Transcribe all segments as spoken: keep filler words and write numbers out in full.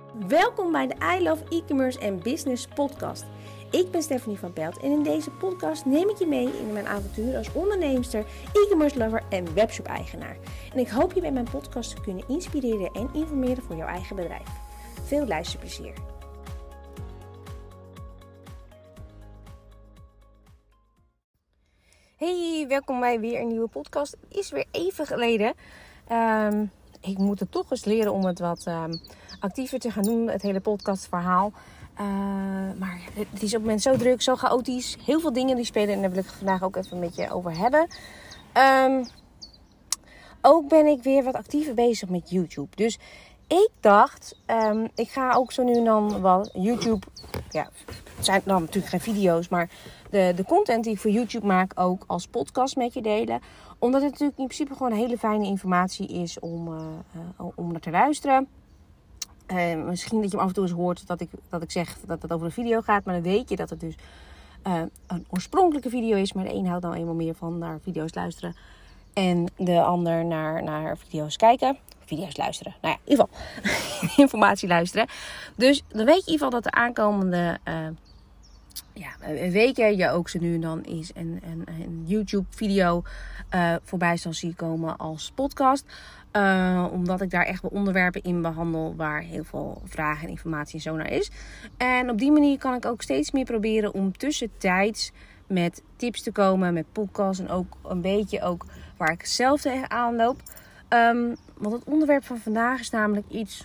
Welkom bij de I Love E-commerce en Business podcast. Ik ben Stephanie van Pelt en in deze podcast neem ik je mee in mijn avontuur als onderneemster, e-commerce lover en webshop-eigenaar. En ik hoop je bij mijn podcast te kunnen inspireren en informeren voor jouw eigen bedrijf. Veel luisterplezier. Hey, welkom bij weer een nieuwe podcast. Het is weer even geleden. Um, ik moet het toch eens leren om het wat um, actiever te gaan doen, het hele podcastverhaal. Uh, maar het is op het moment zo druk, zo chaotisch. Heel veel dingen die spelen en daar wil ik het vandaag ook even met je over hebben. Um, ook ben ik weer wat actiever bezig met YouTube. Dus ik dacht, um, ik ga ook zo nu en dan wat YouTube... Ja, het zijn dan natuurlijk geen video's, maar de, de content die ik voor YouTube maak ook als podcast met je delen. Omdat het natuurlijk in principe gewoon hele fijne informatie is om, uh, uh, om naar te luisteren. Uh, misschien dat je hem af en toe eens hoort dat ik, dat ik zeg dat het over een video gaat. Maar dan weet je dat het dus uh, een oorspronkelijke video is. Maar de een houdt nou eenmaal meer van naar video's luisteren. En de ander naar, naar video's kijken. Video's luisteren. Nou ja, in ieder geval informatie luisteren. Dus dan weet je in ieder geval dat de aankomende uh, ja, weken je ook zo nu en dan is een, een, een YouTube video uh, voorbij zal zien komen als podcast. Uh, omdat ik daar echt wel onderwerpen in behandel waar heel veel vragen en informatie en zo naar is. En op die manier kan ik ook steeds meer proberen om tussentijds met tips te komen, met podcasts en ook een beetje ook waar ik zelf tegenaan loop. Um, want het onderwerp van vandaag is namelijk iets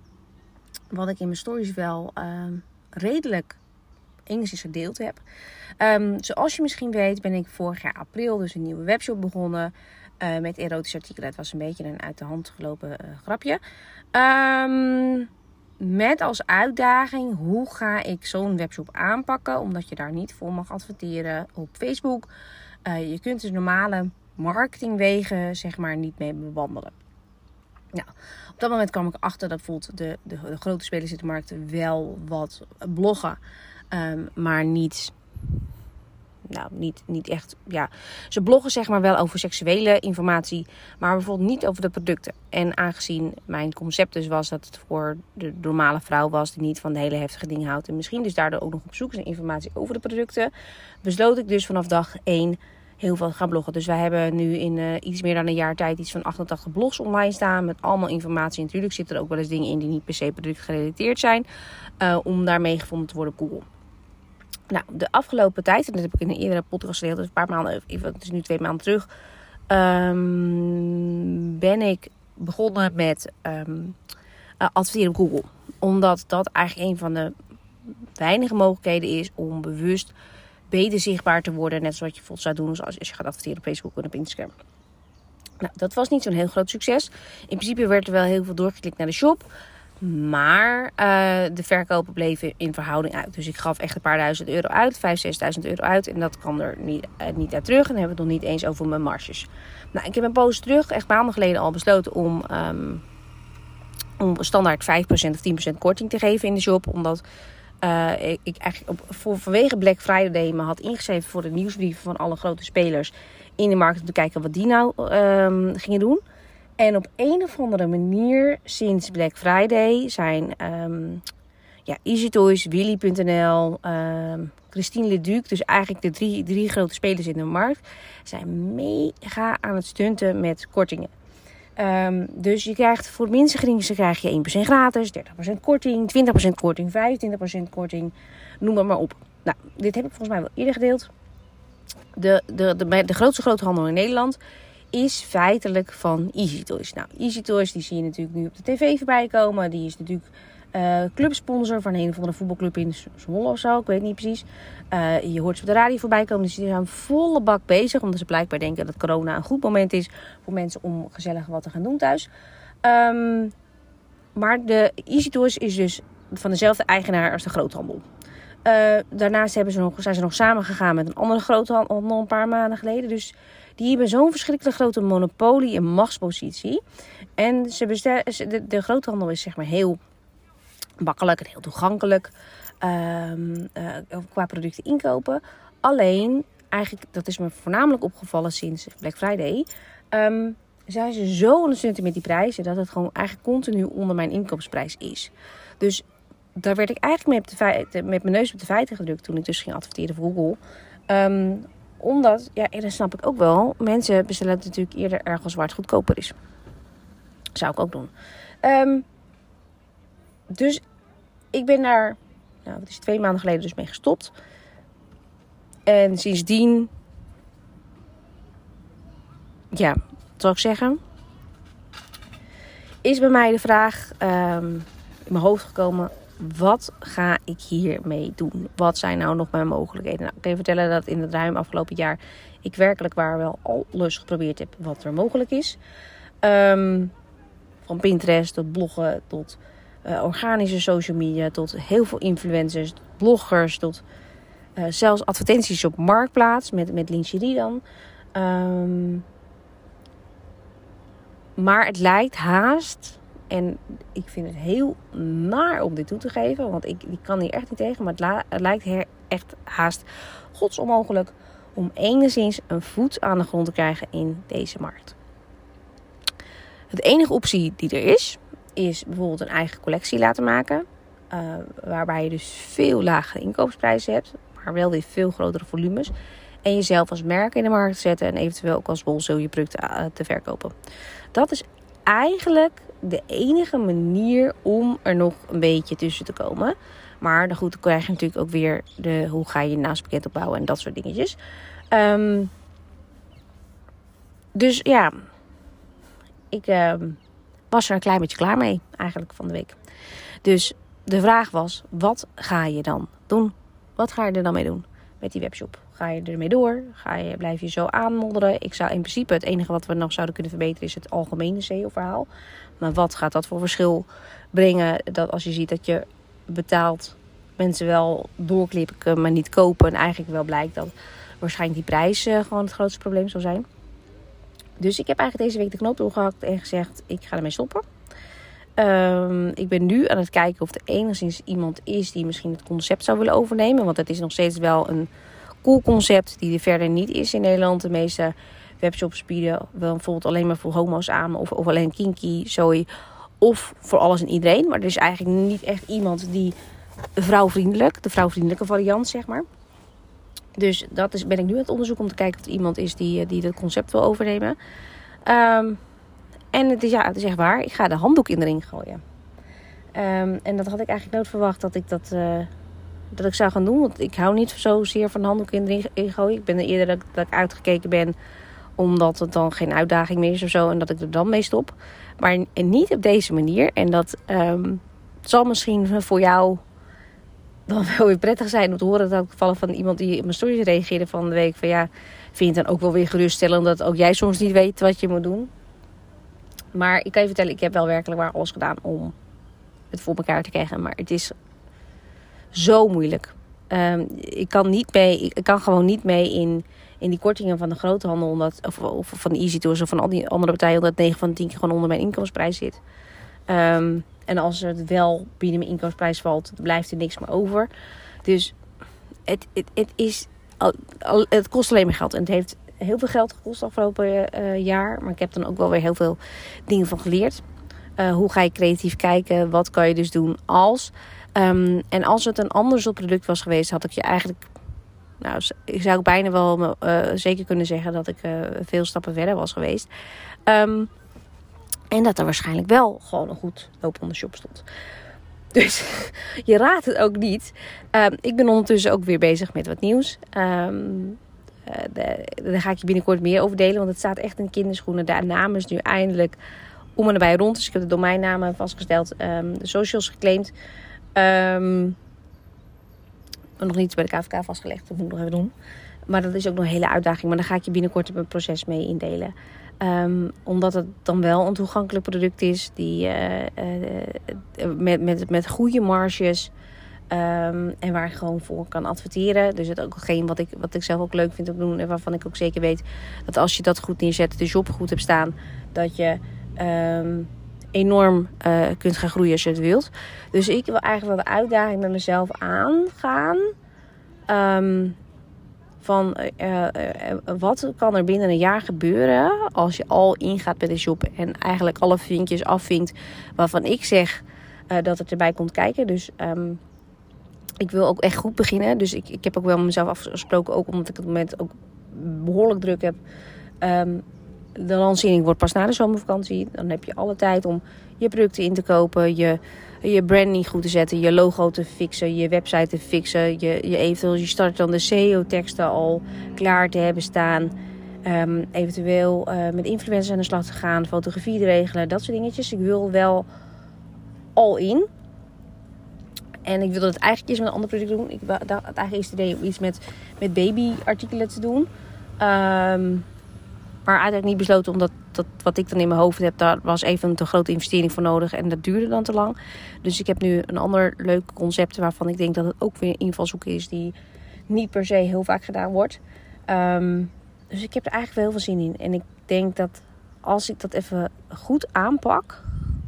wat ik in mijn stories wel um, redelijk enigszins gedeeld heb. Um, zoals je misschien weet ben ik vorig jaar april dus een nieuwe webshop begonnen. Uh, met erotische artikelen. Het was een beetje een uit de hand gelopen uh, grapje. Um, met als uitdaging hoe ga ik zo'n webshop aanpakken. Omdat je daar niet voor mag adverteren op Facebook. Uh, je kunt dus normale marketingwegen zeg maar niet mee bewandelen. Nou, op dat moment kwam ik achter dat bijvoorbeeld de, de, de grote spelers in de markt wel wat bloggen. Um, maar niet... Nou, niet, niet echt, ja. Ze bloggen zeg maar wel over seksuele informatie, maar bijvoorbeeld niet over de producten. En aangezien mijn concept dus was dat het voor de normale vrouw was die niet van de hele heftige dingen houdt en misschien dus daardoor ook nog op zoek is naar informatie over de producten, besloot ik dus vanaf dag één heel veel te gaan bloggen. Dus wij hebben nu in uh, iets meer dan een jaar tijd iets van achtentachtig blogs online staan met allemaal informatie. Natuurlijk zitten er ook wel eens dingen in die niet per se productgerelateerd zijn, uh, om daarmee gevonden te worden op Google. Nou, de afgelopen tijd, en dat heb ik in een eerdere podcast gedeeld, dus een paar maanden, het is nu twee maanden terug, um, ben ik begonnen met um, uh, adverteren op Google. Omdat dat eigenlijk een van de weinige mogelijkheden is om bewust beter zichtbaar te worden. Net zoals je bijvoorbeeld zou doen als, als je gaat adverteren op Facebook en op Instagram. Nou, dat was niet zo'n heel groot succes. In principe werd er wel heel veel doorgeklikt naar de shop. Maar uh, de verkopen bleven in verhouding uit. Dus ik gaf echt een paar duizend euro uit. Vijf, zesduizend euro uit. En dat kwam er niet, uh, niet uit terug. En dan hebben we het nog niet eens over mijn marges. Nou, ik heb een poos terug, echt maanden geleden al besloten om, um, om standaard vijf procent of tien procent korting te geven in de shop. Omdat uh, ik, ik eigenlijk op, voor, vanwege Black Friday me had ingeschreven voor de nieuwsbrieven van alle grote spelers in de markt. Om te kijken wat die nou um, gingen doen. En op een of andere manier sinds Black Friday zijn um, ja, EasyToys, Willy punt n l, um, Christine Leduc, dus eigenlijk de drie, drie grote spelers in de markt, zijn mega aan het stunten met kortingen. Um, dus je krijgt voor minste geringste krijg je één procent gratis, dertig procent korting, twintig procent korting, vijfentwintig procent korting, noem maar maar op. Nou, dit heb ik volgens mij wel eerder gedeeld. De, de, de, de grootste groothandel in Nederland is feitelijk van EasyToys. Nou, EasyToys die zie je natuurlijk nu op de tv voorbij komen. Die is natuurlijk uh, clubsponsor van een of andere voetbalclub in Zwolle of zo. Ik weet niet precies. Uh, je hoort ze op de radio voorbij komen. Dus die zijn volle bak bezig. Omdat ze blijkbaar denken dat corona een goed moment is voor mensen om gezellig wat te gaan doen thuis. Um, maar de EasyToys is dus van dezelfde eigenaar als de groothandel. Uh, daarnaast hebben ze nog, zijn ze nog samengegaan met een andere groothandel een paar maanden geleden. Dus die hebben zo'n verschrikkelijk grote monopolie en machtspositie. En ze bestel, de, de groothandel is zeg maar heel makkelijk en heel toegankelijk um, uh, qua producten inkopen. Alleen, eigenlijk, dat is me voornamelijk opgevallen sinds Black Friday. Um, zijn ze zo ondersteund met die prijzen dat het gewoon eigenlijk continu onder mijn inkoopsprijs is. Dus daar werd ik eigenlijk met, de feiten, met mijn neus op de feiten gedrukt toen ik dus ging adverteren voor Google. Um, omdat, ja, en dat snap ik ook wel, mensen bestellen het natuurlijk eerder ergens waar het goedkoper is. Zou ik ook doen. Um, dus ik ben daar, nou, wat is het, twee maanden geleden dus mee gestopt. En sindsdien, ja, wat zal ik zeggen, is bij mij de vraag um, in mijn hoofd gekomen: wat ga ik hiermee doen? Wat zijn nou nog mijn mogelijkheden? Nou, ik kan je vertellen dat in het ruim afgelopen jaar ik werkelijk waar wel alles geprobeerd heb wat er mogelijk is. Um, van Pinterest tot bloggen, tot uh, organische social media, tot heel veel influencers, tot bloggers, tot uh, zelfs advertenties op Marktplaats met, met lingerie dan. Um, maar het lijkt haast, en ik vind het heel naar om dit toe te geven, want ik, ik kan hier echt niet tegen, maar het, la, het lijkt her, echt haast godsonmogelijk om enigszins een voet aan de grond te krijgen in deze markt. De enige optie die er is, is bijvoorbeeld een eigen collectie laten maken. Uh, waarbij je dus veel lagere inkoopsprijzen hebt, maar wel weer veel grotere volumes. En jezelf als merk in de markt zetten en eventueel ook als wholesale je producten uh, te verkopen. Dat is eigenlijk de enige manier om er nog een beetje tussen te komen. Maar dan goed, dan krijg je natuurlijk ook weer de hoe ga je je naamspakket opbouwen en dat soort dingetjes. Um, dus ja, ik uh, was er een klein beetje klaar mee eigenlijk van de week. Dus de vraag was, wat ga je dan doen? Wat ga je er dan mee doen met die webshop? Ga je ermee door? Ga je, blijf je zo aanmodderen? Ik zou in principe, het enige wat we nog zouden kunnen verbeteren is het algemene S E O-verhaal. Maar wat gaat dat voor verschil brengen? Dat als je ziet dat je betaalt, mensen wel doorklikken, maar niet kopen. En eigenlijk wel blijkt dat waarschijnlijk die prijs uh, gewoon het grootste probleem zal zijn. Dus ik heb eigenlijk deze week de knoop doorgehakt en gezegd, ik ga ermee stoppen. Um, ik ben nu aan het kijken of er enigszins iemand is die misschien het concept zou willen overnemen. Want het is nog steeds wel een cool concept die er verder niet is in Nederland. De meeste webshops bieden wel bijvoorbeeld alleen maar voor homo's aan. Of, of alleen kinky, zoe. Of voor alles en iedereen. Maar er is eigenlijk niet echt iemand die vrouwvriendelijk, de vrouwvriendelijke variant zeg maar. Dus dat is, ben ik nu aan het onderzoeken om te kijken of er iemand is die, die dat concept wil overnemen. Um, en het is, ja, het is echt waar. Ik ga de handdoek in de ring gooien. Um, en dat had ik eigenlijk nooit verwacht dat ik dat, uh, dat ik zou gaan doen. Want ik hou niet zozeer van de handdoek in de ring in gooien. Ik ben er eerder dat, dat ik uitgekeken ben omdat het dan geen uitdaging meer is of zo. En dat ik er dan mee stop. Maar en niet op deze manier. En dat um, zal misschien voor jou dan wel weer prettig zijn om te horen dat ik vallen van iemand die op mijn stories reageerde van de week. Van ja, vind je het dan ook wel weer geruststellend dat ook jij soms niet weet wat je moet doen. Maar ik kan je vertellen, ik heb wel werkelijk waar alles gedaan om het voor elkaar te krijgen. Maar het is zo moeilijk. Um, ik kan niet mee, ik kan gewoon niet mee in, in die kortingen van de groothandel. Omdat, of, of van de Easy Tours of van al die andere partijen. Omdat negen van de tien keer gewoon onder mijn inkomensprijs zit. Um, en als het wel binnen mijn inkomensprijs valt, dan blijft er niks meer over. Dus het, het, het, is, het kost alleen maar geld. En het heeft heel veel geld gekost afgelopen uh, jaar. Maar ik heb dan ook wel weer heel veel dingen van geleerd. Uh, hoe ga je creatief kijken? Wat kan je dus doen als? Um, en als het een ander soort product was geweest, had ik je eigenlijk... Nou, ik zou bijna wel uh, zeker kunnen zeggen dat ik uh, veel stappen verder was geweest. Um, en dat er waarschijnlijk wel gewoon een goed lopende shop stond. Dus je raadt het ook niet. Um, ik ben ondertussen ook weer bezig met wat nieuws. Um, uh, de, daar ga ik je binnenkort meer over delen. Want het staat echt in de kinderschoenen. De naam is nu eindelijk om en nabij rond. Dus ik heb de domeinnamen vastgesteld. Um, de socials geclaimd. Um, nog niet bij de K V K vastgelegd. Dat moet ik nog even doen. Maar dat is ook nog een hele uitdaging. Maar daar ga ik je binnenkort een proces mee indelen. Um, omdat het dan wel een toegankelijk product is. Die, uh, uh, met, met, met goede marges. Um, en waar ik gewoon voor kan adverteren. Dus het ook geen wat ik, wat ik zelf ook leuk vind om te doen. En waarvan ik ook zeker weet dat als je dat goed neerzet. De job goed hebt staan. Dat je um, enorm uh, kunt gaan groeien als je het wilt. Dus ik wil eigenlijk wel de uitdaging met mezelf aangaan. Um, van uh, uh, wat kan er binnen een jaar gebeuren als je al ingaat met de shop en eigenlijk alle vinkjes afvinkt waarvan ik zeg uh, dat het erbij komt kijken. Dus um, ik wil ook echt goed beginnen. Dus ik, ik heb ook wel met mezelf afgesproken, ook omdat ik op het moment ook behoorlijk druk heb. Um, de lancering wordt pas na de zomervakantie. Dan heb je alle tijd om je producten in te kopen, je, je branding goed te zetten, je logo te fixen, je website te fixen. Je, je eventueel je start dan de S E O-teksten al klaar te hebben staan. Um, eventueel uh, met influencers aan de slag te gaan, fotografie te regelen, dat soort dingetjes. Ik wil wel all in. En ik wilde het eigenlijk eens met een ander product doen. Ik dacht, het eigenlijk is het idee om iets met, met babyartikelen te doen. Um, maar uiteindelijk niet besloten, omdat dat, wat ik dan in mijn hoofd heb, daar was even een te grote investering voor nodig. En dat duurde dan te lang. Dus ik heb nu een ander leuk concept waarvan ik denk dat het ook weer een invalshoek is die niet per se heel vaak gedaan wordt. Um, dus ik heb er eigenlijk wel heel veel zin in. En ik denk dat als ik dat even goed aanpak,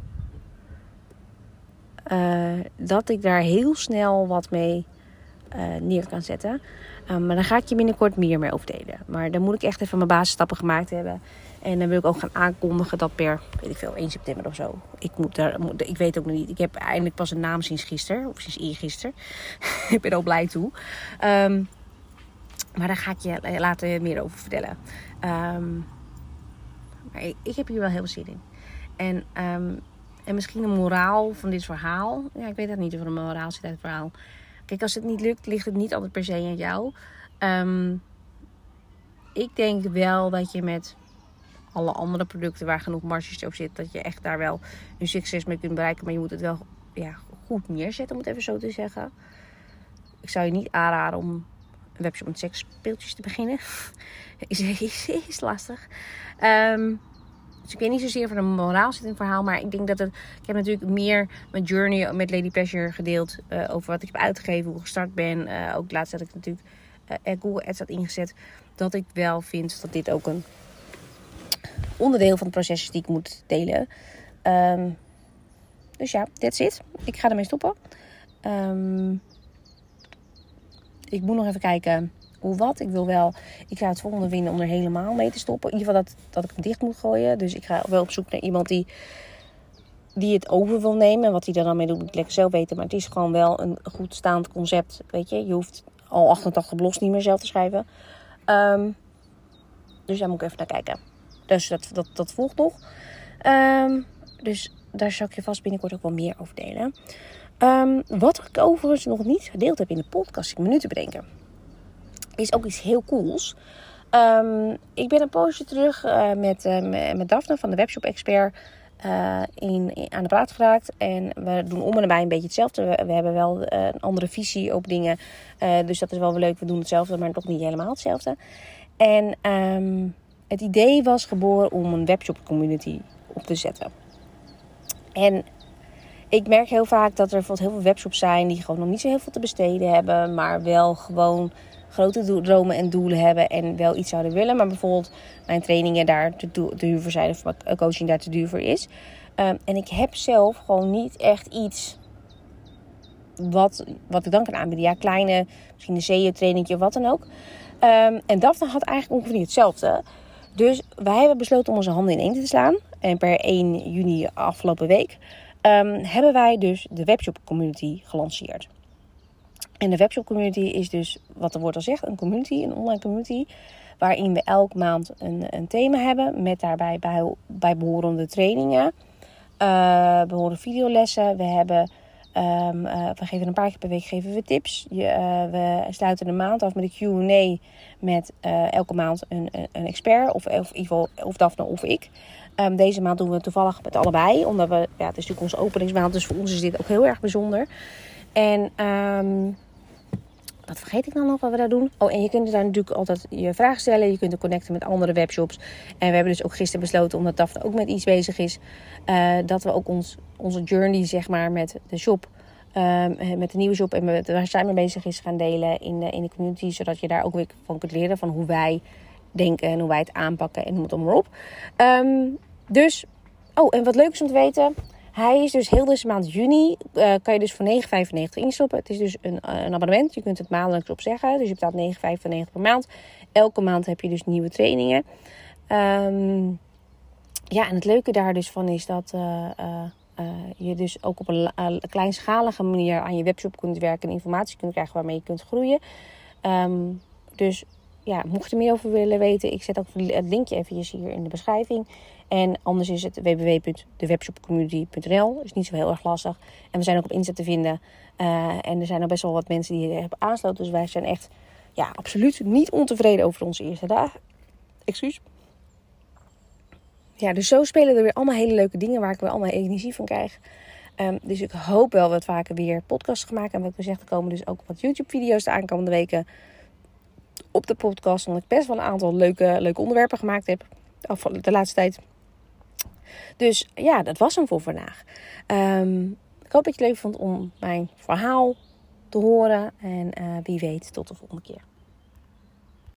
Uh, dat ik daar heel snel wat mee uh, neer kan zetten. Um, maar dan ga ik je binnenkort meer mee over delen. Maar dan moet ik echt even mijn basisstappen gemaakt hebben. En dan wil ik ook gaan aankondigen dat per, weet ik veel, één september of zo. Ik, moet daar, moet, ik weet ook nog niet. Ik heb eindelijk pas een naam sinds gisteren. Of sinds eergisteren. Ik ben er al blij toe. Um, maar daar ga ik je later meer over vertellen. Um, maar ik, ik heb hier wel heel veel zin in. En... Um, En misschien een moraal van dit verhaal. Ja, ik weet dat niet of er een moraal zit uit het verhaal. Kijk, als het niet lukt, ligt het niet altijd per se aan jou. Um, ik denk wel dat je met alle andere producten waar genoeg marges op zit, dat je echt daar wel een succes mee kunt bereiken. Maar je moet het wel ja, goed neerzetten, om het even zo te zeggen. Ik zou je niet aanraden om een webshop met seksspeeltjes te beginnen. is, is, is lastig. Um, Dus ik weet niet zozeer van de moraal zit in het verhaal. Maar ik denk dat het... Ik heb natuurlijk meer mijn journey met Lady Pleasure gedeeld. Uh, over wat ik heb uitgegeven. Hoe ik gestart ben. Uh, ook laatst had ik natuurlijk uh, Google Ads had ingezet. Dat ik wel vind dat dit ook een onderdeel van het proces is die ik moet delen. Um, dus ja, that's it. Ik ga ermee stoppen. Um, ik moet nog even kijken... Hoe wat? Ik wil wel... Ik ga het volgende vinden om er helemaal mee te stoppen. In ieder geval dat, dat ik hem dicht moet gooien. Dus ik ga wel op zoek naar iemand die, die het over wil nemen. En wat hij er dan mee doet, moet ik lekker zelf weten. Maar het is gewoon wel een goed staand concept. Weet je, je hoeft al achtentachtig blogs niet meer zelf te schrijven. Um, dus daar moet ik even naar kijken. Dus dat, dat, dat volgt nog. Um, dus daar zal ik je vast binnenkort ook wel meer over delen. Um, wat ik overigens nog niet gedeeld heb in de podcast, ik me nu te bedenken, is ook iets heel cools. Um, ik ben een poosje terug uh, met, uh, met Daphne van de Webshop Expert uh, in, in, aan de praat geraakt. En we doen om en nabij een beetje hetzelfde. We, we hebben wel uh, een andere visie op dingen. Uh, dus dat is wel weer leuk. We doen hetzelfde, maar toch niet helemaal hetzelfde. En um, het idee was geboren om een webshop community op te zetten. En ik merk heel vaak dat er bijvoorbeeld heel veel webshops zijn die gewoon nog niet zo heel veel te besteden hebben. Maar wel gewoon grote dromen en doelen hebben en wel iets zouden willen. Maar bijvoorbeeld mijn trainingen daar te, te duur voor zijn of mijn coaching daar te duur voor is. Um, en ik heb zelf gewoon niet echt iets wat, wat ik dan kan aanbieden. Ja, kleine, misschien een S E O-trainingje of wat dan ook. Um, en Daphne had eigenlijk ongeveer hetzelfde. Dus wij hebben besloten om onze handen in één te slaan. En per één juni afgelopen week um, hebben wij dus de webshop community gelanceerd. En de webshop community is dus, wat het woord al zegt, een community, een online community. Waarin we elke maand een, een thema hebben. Met daarbij bij, bij behorende trainingen. Uh, behorende videolessen. We hebben, um, uh, we geven een paar keer per week geven we tips. Je, uh, we sluiten de maand af met een Q en A. Met uh, elke maand een, een expert. Of, of, in ieder geval, of Daphne of ik. Um, deze maand doen we het toevallig met allebei. Omdat we, ja, het is natuurlijk onze openingsmaand. Dus voor ons is dit ook heel erg bijzonder. En um, wat vergeet ik dan nog wat we daar doen? Oh, en je kunt daar natuurlijk altijd je vragen stellen. Je kunt er connecten met andere webshops. En we hebben dus ook gisteren besloten, omdat Daphne ook met iets bezig is, Uh, dat we ook ons, onze journey, zeg maar, met de shop, uh, met de nieuwe shop en met, waar zij mee bezig is, gaan delen in de, in de community. Zodat je daar ook weer van kunt leren van hoe wij denken en hoe wij het aanpakken en noem het allemaal op. Um, dus, oh, en wat leuk is om te weten. Hij is dus heel deze maand juni. Uh, kan je dus voor negen vijfennegentig instoppen. Het is dus een, uh, een abonnement. Je kunt het maandelijks opzeggen. Dus je betaalt negen vijfennegentig per maand. Elke maand heb je dus nieuwe trainingen. Um, ja, en het leuke daar dus van is dat uh, uh, uh, je dus ook op een uh, kleinschalige manier aan je webshop kunt werken. En informatie kunt krijgen waarmee je kunt groeien. Um, dus ja, mocht je er meer over willen weten. Ik zet ook het linkje eventjes hier in de beschrijving. En anders is het w w w punt de webshop community punt n l. Is niet zo heel erg lastig. En we zijn ook op Insta te vinden. Uh, en er zijn al best wel wat mensen die er hebben aansloten. Dus wij zijn echt ja, absoluut niet ontevreden over onze eerste dagen. Excuus. Ja, dus zo spelen er weer allemaal hele leuke dingen waar ik weer allemaal energie van krijg. Um, dus ik hoop wel wat vaker weer podcasts gemaakt. En wat ik gezegd, er komen dus ook wat YouTube-video's de aankomende weken op de podcast. Omdat ik best wel een aantal leuke, leuke onderwerpen gemaakt heb de laatste tijd. Dus ja, dat was hem voor vandaag. Um, ik hoop dat je het leuk vond om mijn verhaal te horen. En uh, wie weet, tot de volgende keer.